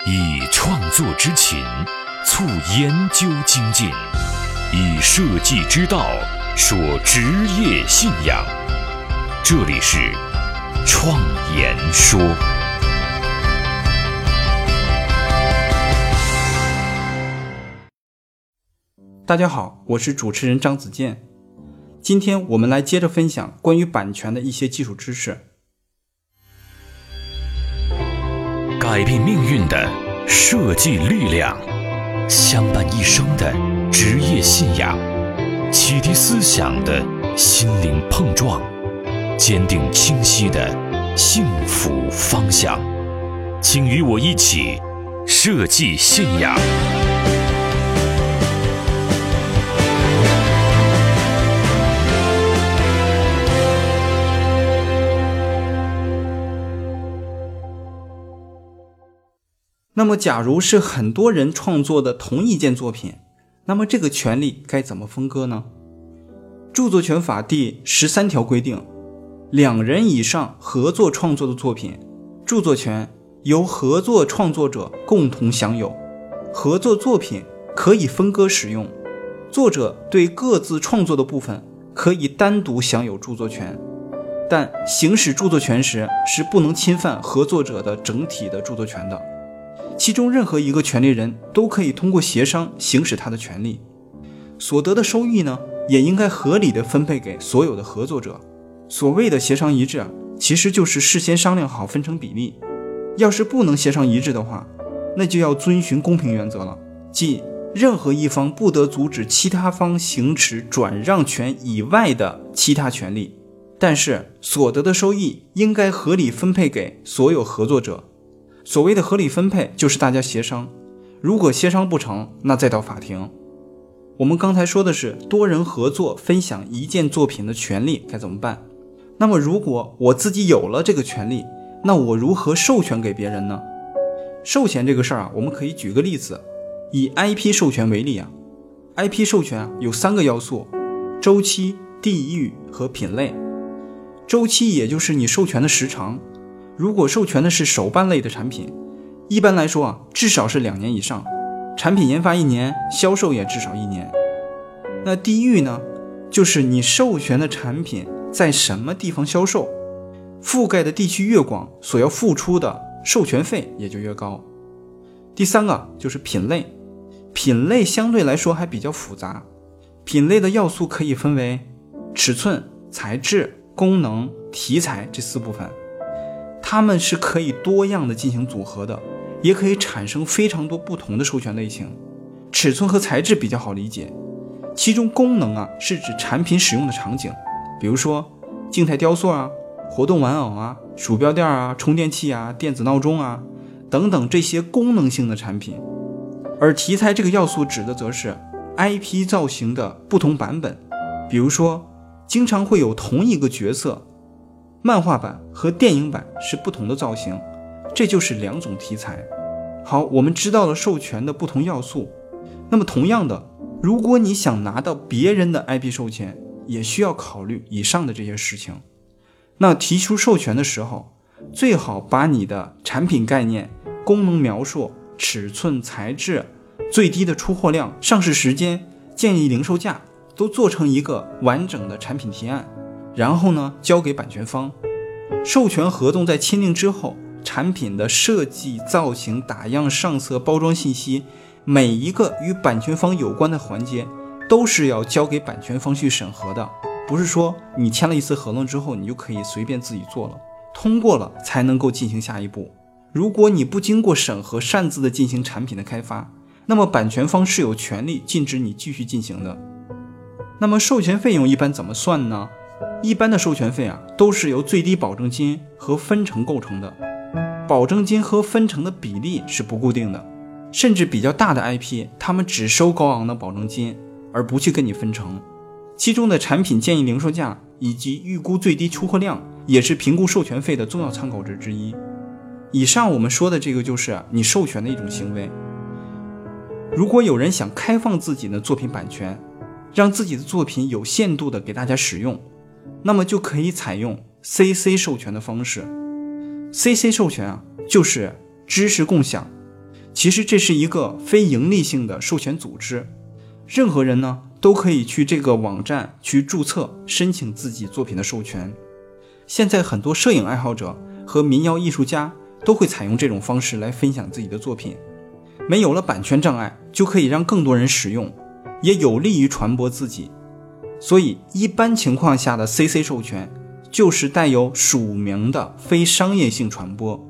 以创作之情促研究精进，以设计之道说职业信仰。这里是创研说。 大家好，我是主持人张子健。今天我们来接着分享关于版权的一些基础知识。 改变命运的设计力量，相伴一生的职业信仰，启迪思想的心灵碰撞，坚定清晰的幸福方向。请与我一起设计信仰。 那么假如是很多人创作的同一件作品，那么这个权利该怎么分割呢？著作权法第13条规定，2人以上合作创作的作品，著作权由合作创作者共同享有，合作作品可以分割使用，作者对各自创作的部分可以单独享有著作权，但行使著作权时是不能侵犯合作者的整体的著作权的。其中任何一个权利人都可以通过协商行使他的权利，所得的收益呢，也应该合理的分配给所有的合作者。所谓的协商一致其实就是事先商量好分成比例。要是不能协商一致的话，那就要遵循公平原则了，即任何一方不得阻止其他方行使转让权以外的其他权利，但是所得的收益应该合理分配给所有合作者。所谓的合理分配就是大家协商，如果协商不成，那再到法庭。我们刚才说的是多人合作分享一件作品的权利该怎么办。那么如果我自己有了这个权利，那我如何授权给别人呢？授权这个事儿我们可以举个例子，以 IP 授权为例IP 授权有3个要素：周期、地域和品类。周期也就是你授权的时长，如果授权的是手办类的产品，一般来说至少是2年以上，产品研发1年，销售也至少1年。那地域呢，就是你授权的产品在什么地方销售，覆盖的地区越广，所要付出的授权费也就越高。第3个就是品类，品类相对来说还比较复杂，品类的要素可以分为尺寸、材质、功能、题材这4部分。它们是可以多样的进行组合的，也可以产生非常多不同的授权类型。尺寸和材质比较好理解，其中功能是指产品使用的场景，比如说静态雕塑活动玩偶鼠标垫充电器电子闹钟等等这些功能性的产品。而题材这个要素指的则是 IP 造型的不同版本，比如说经常会有同一个角色，漫画版和电影版是不同的造型，这就是2种题材。好，我们知道了授权的不同要素。那么同样的，如果你想拿到别人的 IP 授权，也需要考虑以上的这些事情。那提出授权的时候，最好把你的产品概念、功能描述、尺寸、材质、最低的出货量、上市时间、建议零售价都做成一个完整的产品提案，然后呢，交给版权方。授权合同在签订之后，产品的设计、造型、打样、上色、包装信息，每一个与版权方有关的环节都是要交给版权方去审核的。不是说你签了一次合同之后你就可以随便自己做了，通过了才能够进行下一步。如果你不经过审核擅自的进行产品的开发，那么版权方是有权利禁止你继续进行的。那么授权费用一般怎么算呢？一般的授权费都是由最低保证金和分成构成的，保证金和分成的比例是不固定的，甚至比较大的 IP 他们只收高昂的保证金，而不去跟你分成。其中的产品建议零售价以及预估最低出货量也是评估授权费的重要参考值之一。以上我们说的这个就是你授权的一种行为。如果有人想开放自己的作品版权，让自己的作品有限度的给大家使用，那么就可以采用 CC 授权的方式。CC 授权就是知识共享， 其实这是一个非盈利性的授权组织，任何人呢都可以去这个网站去注册申请自己作品的授权。现在很多摄影爱好者和民谣艺术家都会采用这种方式来分享自己的作品，没有了版权障碍，就可以让更多人使用，也有利于传播自己。所以一般情况下的 CC 授权就是带有署名的非商业性传播。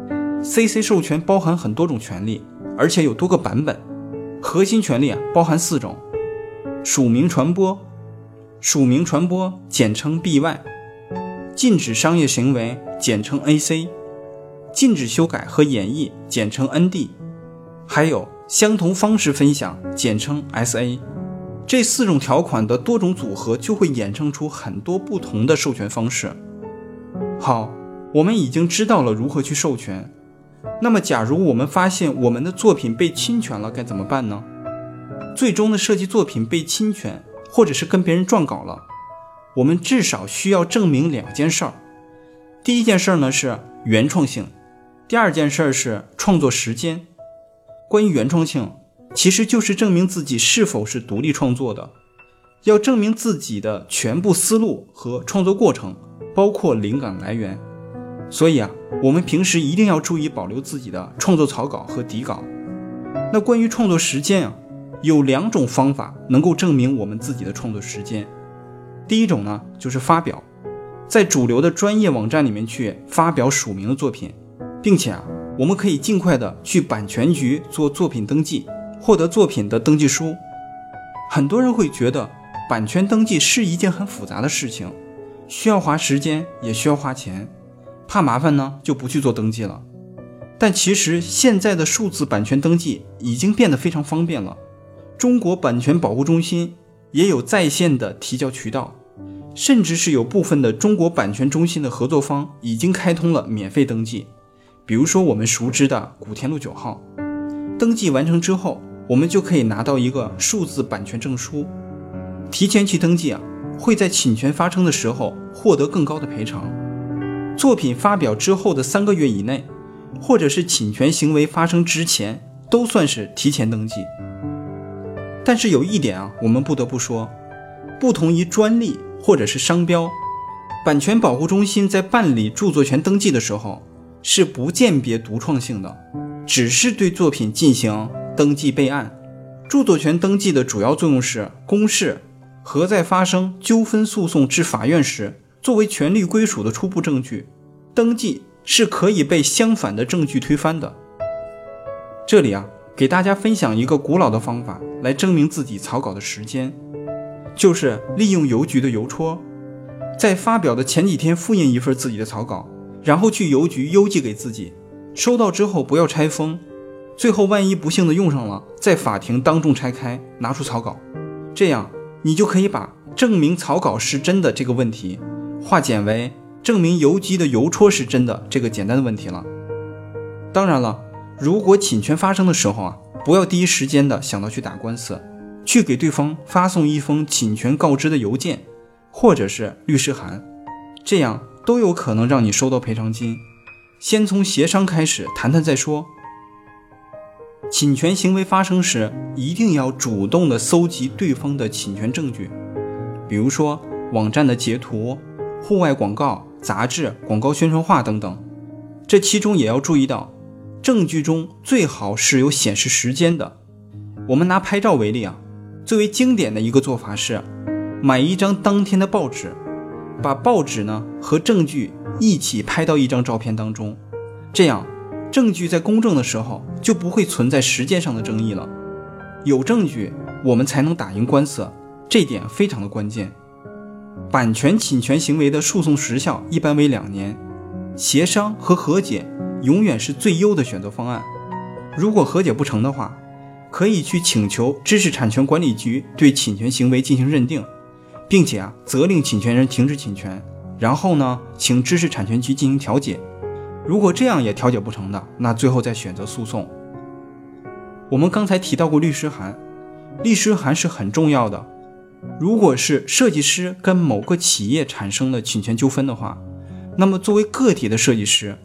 CC 授权包含很多种权利，而且有多个版本。核心权利包含4种：署名传播，署名传播简称 BY， 禁止商业行为简称 AC， 禁止修改和演绎简称 ND， 还有相同方式分享简称 SA。 这4种条款的多种组合就会衍生出很多不同的授权方式。好，我们已经知道了如何去授权，那么假如我们发现我们的作品被侵权了，该怎么办呢？最终的设计作品被侵权，或者是跟别人撞稿了，我们至少需要证明2件事儿。第一件事呢是原创性，第二件事是创作时间。关于原创性，其实就是证明自己是否是独立创作的，要证明自己的全部思路和创作过程，包括灵感来源。所以我们平时一定要注意保留自己的创作草稿和底稿。那关于创作时间有2种方法能够证明我们自己的创作时间。第一种呢，就是发表，在主流的专业网站里面去发表署名的作品，并且我们可以尽快的去版权局做作品登记，获得作品的登记书。很多人会觉得版权登记是一件很复杂的事情，需要花时间，也需要花钱，怕麻烦呢就不去做登记了。但其实现在的数字版权登记已经变得非常方便了，中国版权保护中心也有在线的提交渠道，甚至是有部分的中国版权中心的合作方已经开通了免费登记。比如说我们熟知的古田路9号，登记完成之后，我们就可以拿到一个数字版权证书。提前去登记会在侵权发生的时候获得更高的赔偿。作品发表之后的3个月以内，或者是侵权行为发生之前，都算是提前登记。但是有一点我们不得不说，不同于专利或者是商标，版权保护中心在办理著作权登记的时候是不鉴别独创性的，只是对作品进行登记备案。著作权登记的主要作用是公示和在发生纠纷诉讼至法院时作为权利归属的初步证据，登记是可以被相反的证据推翻的。这里给大家分享一个古老的方法来证明自己草稿的时间，就是利用邮局的邮戳，在发表的前几天复印一份自己的草稿，然后去邮局邮寄给自己，收到之后不要拆封，最后万一不幸的用上了，在法庭当众拆开拿出草稿，这样你就可以把证明草稿是真的这个问题化简为证明邮寄的邮戳是真的这个简单的问题了。当然了，如果侵权发生的时候不要第一时间的想到去打官司，去给对方发送一封侵权告知的邮件或者是律师函，这样都有可能让你收到赔偿金。先从协商开始谈谈再说。侵权行为发生时，一定要主动的搜集对方的侵权证据，比如说网站的截图、户外广告、杂志、广告宣传画等等。这其中也要注意到，证据中最好是有显示时间的。我们拿拍照为例最为经典的一个做法是买一张当天的报纸，把报纸呢和证据一起拍到一张照片当中，这样证据在公证的时候就不会存在时间上的争议了。有证据我们才能打赢官司，这点非常的关键。版权侵权行为的诉讼时效一般为2年，协商和和解永远是最优的选择方案。如果和解不成的话，可以去请求知识产权管理局对侵权行为进行认定，并且责令侵权人停止侵权，然后呢请知识产权局进行调解。如果这样也调解不成的，那最后再选择诉讼。我们刚才提到过律师函，律师函是很重要的。如果是设计师跟某个企业产生了侵权纠纷的话，那么作为个体的设计师，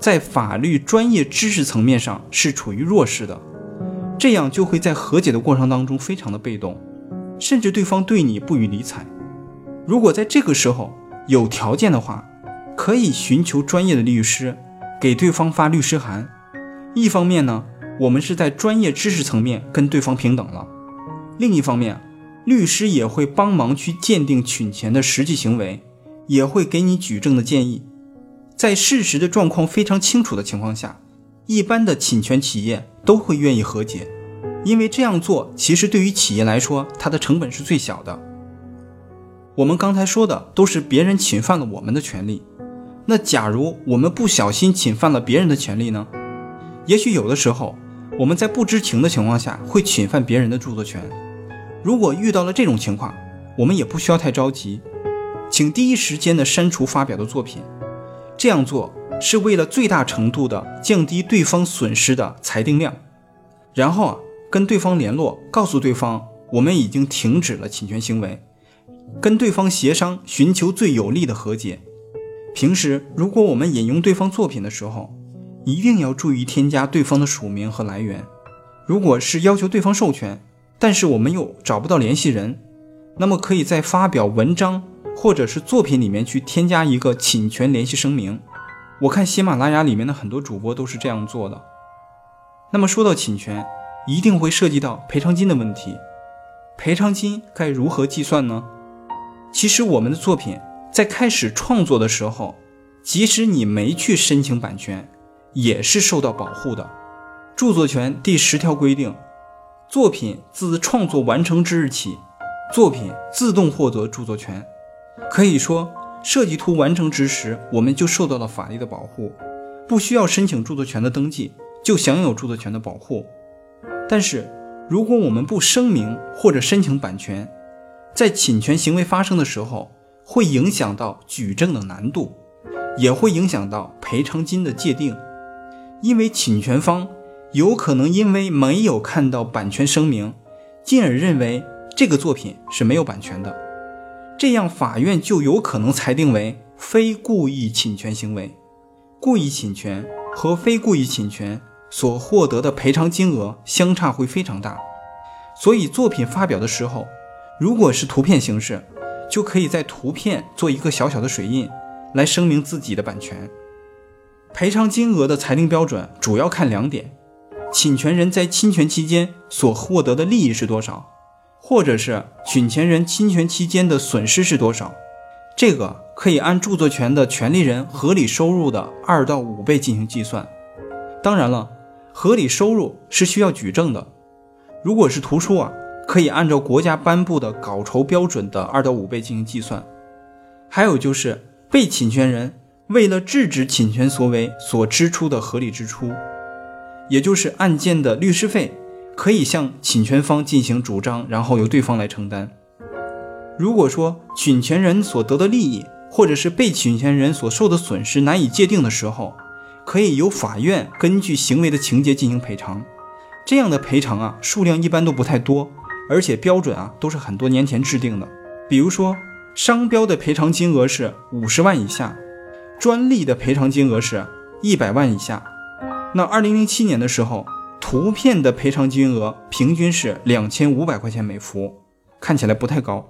在法律专业知识层面上是处于弱势的，这样就会在和解的过程当中非常的被动，甚至对方对你不予理睬。如果在这个时候有条件的话，可以寻求专业的律师给对方发律师函。一方面呢，我们是在专业知识层面跟对方平等了，另一方面，律师也会帮忙去鉴定侵权的实际行为，也会给你举证的建议。在事实的状况非常清楚的情况下，一般的侵权企业都会愿意和解，因为这样做其实对于企业来说，它的成本是最小的。我们刚才说的都是别人侵犯了我们的权利，那假如我们不小心侵犯了别人的权利呢？也许有的时候我们在不知情的情况下会侵犯别人的著作权。如果遇到了这种情况，我们也不需要太着急，请第一时间的删除发表的作品。这样做是为了最大程度的降低对方损失的裁定量，然后跟对方联络，告诉对方我们已经停止了侵权行为，跟对方协商，寻求最有利的和解。平时如果我们引用对方作品的时候，一定要注意添加对方的署名和来源。如果是要求对方授权，但是我们又找不到联系人，那么可以在发表文章或者是作品里面去添加一个侵权联系声明。我看喜马拉雅里面的很多主播都是这样做的。那么说到侵权，一定会涉及到赔偿金的问题。赔偿金该如何计算呢？其实我们的作品在开始创作的时候，即使你没去申请版权，也是受到保护的。著作权第10条规定，作品自创作完成之日起，作品自动获得著作权。可以说，设计图完成之时，我们就受到了法律的保护，不需要申请著作权的登记，就享有著作权的保护。但是，如果我们不声明或者申请版权，在侵权行为发生的时候，会影响到举证的难度，也会影响到赔偿金的界定。因为侵权方有可能因为没有看到版权声明，进而认为这个作品是没有版权的，这样法院就有可能裁定为非故意侵权行为。故意侵权和非故意侵权所获得的赔偿金额相差会非常大，所以作品发表的时候，如果是图片形式，就可以在图片做一个小小的水印，来声明自己的版权。赔偿金额的裁定标准主要看2点，侵权人在侵权期间所获得的利益是多少，或者是侵权人侵权期间的损失是多少。这个可以按著作权的权利人合理收入的2到5倍进行计算。当然了，合理收入是需要举证的。如果是图书可以按照国家颁布的稿酬标准的2到5倍进行计算。还有就是被侵权人为了制止侵权所为所支出的合理支出，也就是案件的律师费可以向侵权方进行主张，然后由对方来承担。如果说侵权人所得的利益或者是被侵权人所受的损失难以界定的时候，可以由法院根据行为的情节进行赔偿。这样的赔偿数量一般都不太多，而且标准都是很多年前制定的。比如说商标的赔偿金额是50万以下，专利的赔偿金额是100万以下。那2007年的时候，图片的赔偿金额平均是2500块钱每幅，看起来不太高。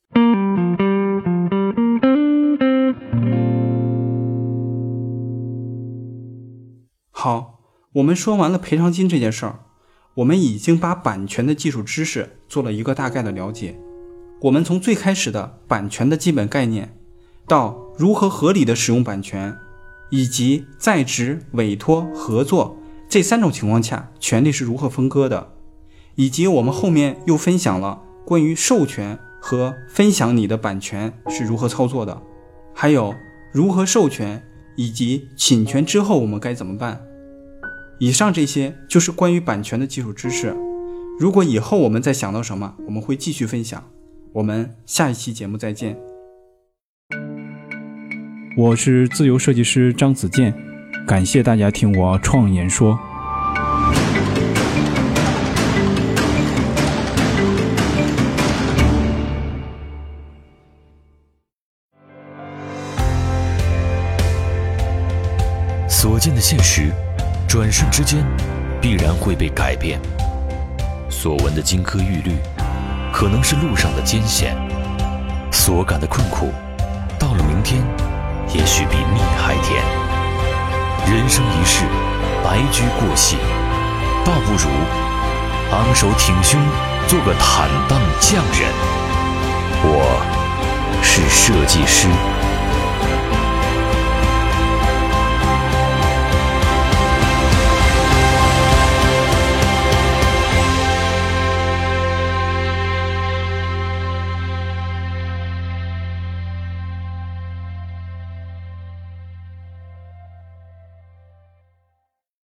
好，我们说完了赔偿金这件事儿，我们已经把版权的技术知识做了一个大概的了解。我们从最开始的版权的基本概念，到如何合理的使用版权，以及在职、委托、合作这3种情况下权利是如何分割的，以及我们后面又分享了关于授权和分享你的版权是如何操作的，还有如何授权以及侵权之后我们该怎么办。以上这些就是关于版权的基础知识，如果以后我们再想到什么，我们会继续分享。我们下一期节目再见。 我是自由设计师张子健，感谢大家听我创言说。 所所见的现实，转瞬之间必然会被改变。所闻的金科玉律，可能是路上的艰险；所感的困苦，到了明天，也许比蜜还甜。人生一世，白驹过隙，倒不如昂首挺胸，做个坦荡匠人。我是设计师。